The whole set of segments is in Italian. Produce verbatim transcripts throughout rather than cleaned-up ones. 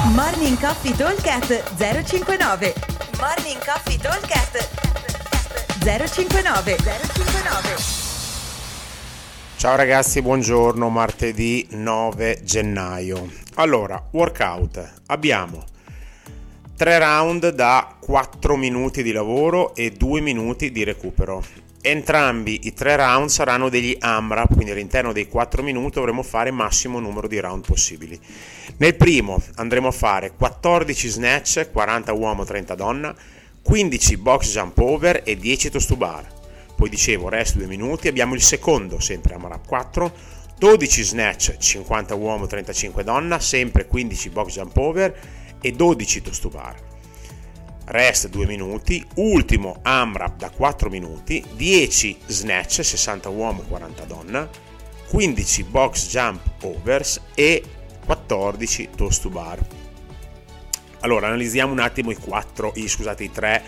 Morning Coffee Talkcast zero cinquantanove. Morning Coffee Talkcast zero cinquantanove. zero cinquantanove. Ciao ragazzi, buongiorno, martedì nove gennaio. Allora, workout. Abbiamo tre round da quattro minuti di lavoro e due minuti di recupero. Entrambi i tre round saranno degli AMRAP, quindi all'interno dei quattro minuti dovremo fare il massimo numero di round possibili. Nel primo andremo a fare quattordici snatch, quaranta uomo, trenta donna, quindici box jump over e dieci toes to bar. Poi dicevo, resto due minuti, abbiamo il secondo, sempre AMRAP quattro, dodici snatch, cinquanta uomo, trentacinque donna, sempre quindici box jump over e dodici toes to bar. Rest due minuti, ultimo AMRAP da quattro minuti, dieci snatch, sessanta uomo, quaranta donna, quindici box jump overs e quattordici toes to bar. Allora analizziamo un attimo i quattro, i, scusate, i tre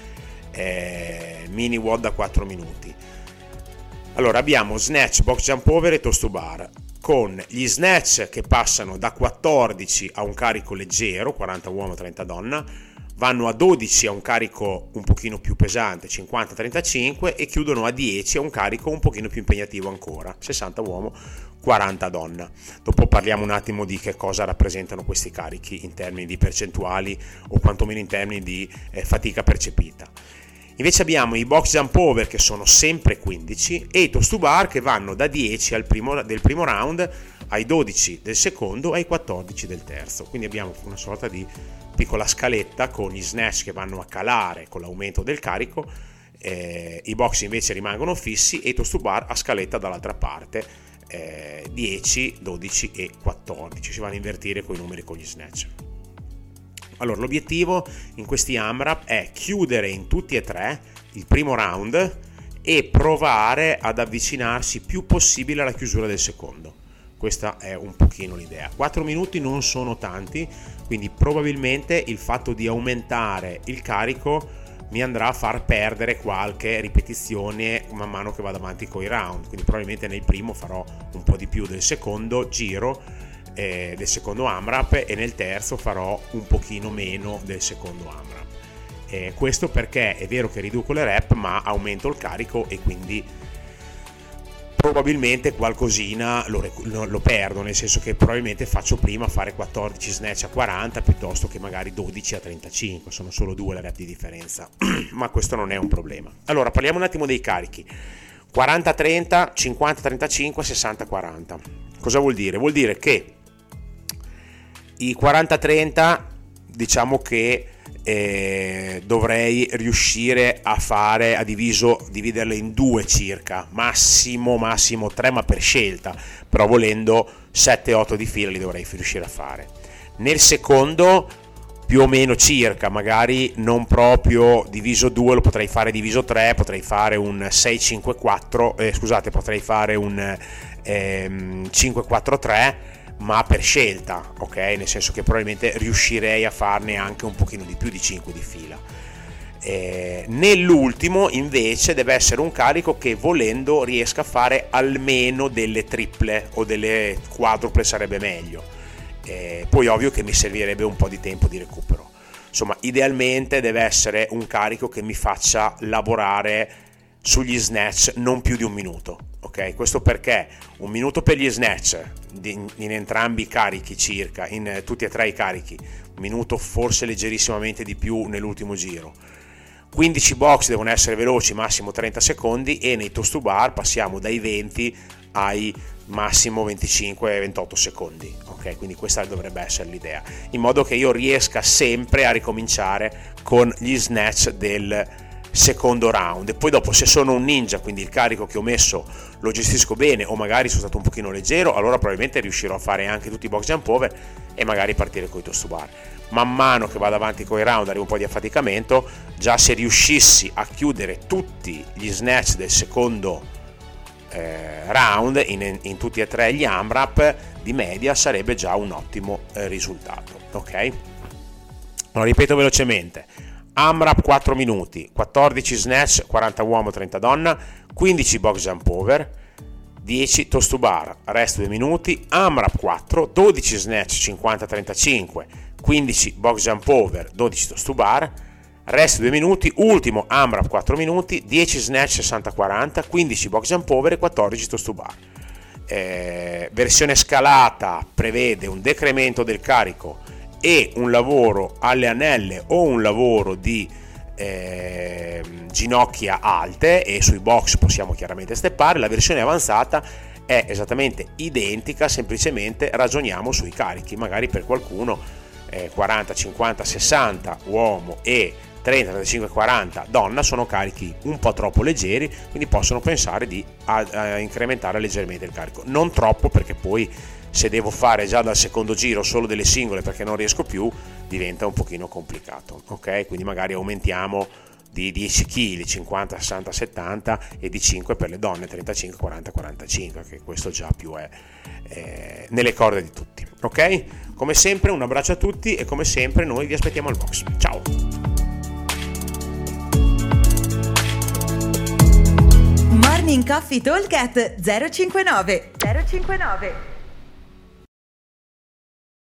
eh, mini W O D da quattro minuti. Allora abbiamo snatch, box jump over e toes to bar, con gli snatch che passano da quattordici a un carico leggero, quaranta uomo, trenta donna, vanno a dodici a un carico un pochino più pesante, cinquanta trentacinque, e chiudono a dieci a un carico un pochino più impegnativo ancora, sessanta uomo, quaranta donna. Dopo parliamo un attimo di che cosa rappresentano questi carichi in termini di percentuali o quantomeno in termini di eh, fatica percepita. Invece abbiamo i box jump over che sono sempre quindici e i toes to bar che vanno da dieci al primo, del primo round ai dodici del secondo e ai quattordici del terzo. Quindi abbiamo una sorta di piccola scaletta con gli snatch che vanno a calare con l'aumento del carico, eh, i box invece rimangono fissi e i toes to bar a scaletta dall'altra parte, eh, dieci, dodici e quattordici, si vanno a invertire con i numeri con gli snatch. Allora l'obiettivo in questi AMRAP è chiudere in tutti e tre il primo round e provare ad avvicinarsi più possibile alla chiusura del secondo. Questa è un pochino l'idea. quattro minuti non sono tanti, quindi probabilmente il fatto di aumentare il carico mi andrà a far perdere qualche ripetizione man mano che vado avanti con i round, quindi probabilmente nel primo farò un po' di più del secondo giro, eh, del secondo AMRAP, e nel terzo farò un pochino meno del secondo AMRAP. Eh, questo perché è vero che riduco le rep ma aumento il carico e quindi probabilmente qualcosina lo, lo, lo perdo, nel senso che probabilmente faccio prima fare quattordici snatch a quaranta piuttosto che magari dodici a trentacinque, sono solo due le rep di differenza ma questo non è un problema. Allora parliamo un attimo dei carichi: quaranta trenta, cinquanta trentacinque, sessanta quaranta. Cosa vuol dire? Vuol dire che i quaranta trenta diciamo che Eh, dovrei riuscire a fare a diviso dividerle in due circa, massimo massimo tre, ma per scelta, però volendo sette otto di fila li dovrei riuscire a fare. Nel secondo più o meno circa, magari non proprio diviso due, lo potrei fare diviso tre, potrei fare un sei cinque quattro, eh, scusate potrei fare un ehm, cinque quattro tre, ma per scelta, ok? Nel senso che probabilmente riuscirei a farne anche un pochino di più di cinque di fila. Eh, nell'ultimo invece deve essere un carico che volendo riesca a fare almeno delle triple o delle quadruple, sarebbe meglio. Eh, poi ovvio che mi servirebbe un po' di tempo di recupero. Insomma, idealmente deve essere un carico che mi faccia lavorare sugli snatch non più di un minuto. Ok, questo perché un minuto per gli snatch in, in entrambi i carichi circa, in tutti e tre i carichi, un minuto forse leggerissimamente di più nell'ultimo giro. quindici box devono essere veloci, massimo trenta secondi, e nei toes to bar passiamo dai venti ai massimo venticinque ventotto secondi. Ok, quindi questa dovrebbe essere l'idea, in modo che io riesca sempre a ricominciare con gli snatch del secondo round. E poi dopo, se sono un ninja, quindi il carico che ho messo lo gestisco bene o magari sono stato un pochino leggero, allora probabilmente riuscirò a fare anche tutti i box jump over e magari partire con i toes to bar. Man mano che vado avanti con i round arrivo un po' di affaticamento, già se riuscissi a chiudere tutti gli snatch del secondo eh, round in, in tutti e tre gli AMRAP di media sarebbe già un ottimo eh, risultato. Ok, lo ripeto velocemente: AMRAP quattro minuti, quattordici snatch, quaranta uomo, trenta donna, quindici box jump over, dieci toes to bar, rest due minuti, AMRAP quattro, dodici snatch, cinquanta trentacinque, quindici box jump over, dodici toes to bar, rest due minuti, ultimo AMRAP quattro minuti, dieci snatch sessanta quaranta, quindici box jump over e quattordici toes to bar. Eh, versione scalata prevede un decremento del carico e un lavoro alle anelle o un lavoro di eh, ginocchia alte, e sui box possiamo chiaramente steppare. La versione avanzata è esattamente identica, semplicemente ragioniamo sui carichi. Magari per qualcuno eh, quaranta, cinquanta, sessanta uomo e trenta, trentacinque, quaranta donna sono carichi un po' troppo leggeri, quindi possono pensare di a, a incrementare leggermente il carico, non troppo, perché poi se devo fare già dal secondo giro solo delle singole perché non riesco più, diventa un pochino complicato, ok? Quindi magari aumentiamo di dieci chili, cinquanta, sessanta, settanta, e di cinque per le donne, trentacinque, quaranta, quarantacinque, che questo già più è eh, nelle corde di tutti, ok? Come sempre un abbraccio a tutti e come sempre noi vi aspettiamo al box. Ciao! Morning Coffee Talk at zero cinquantanove zero cinquantanove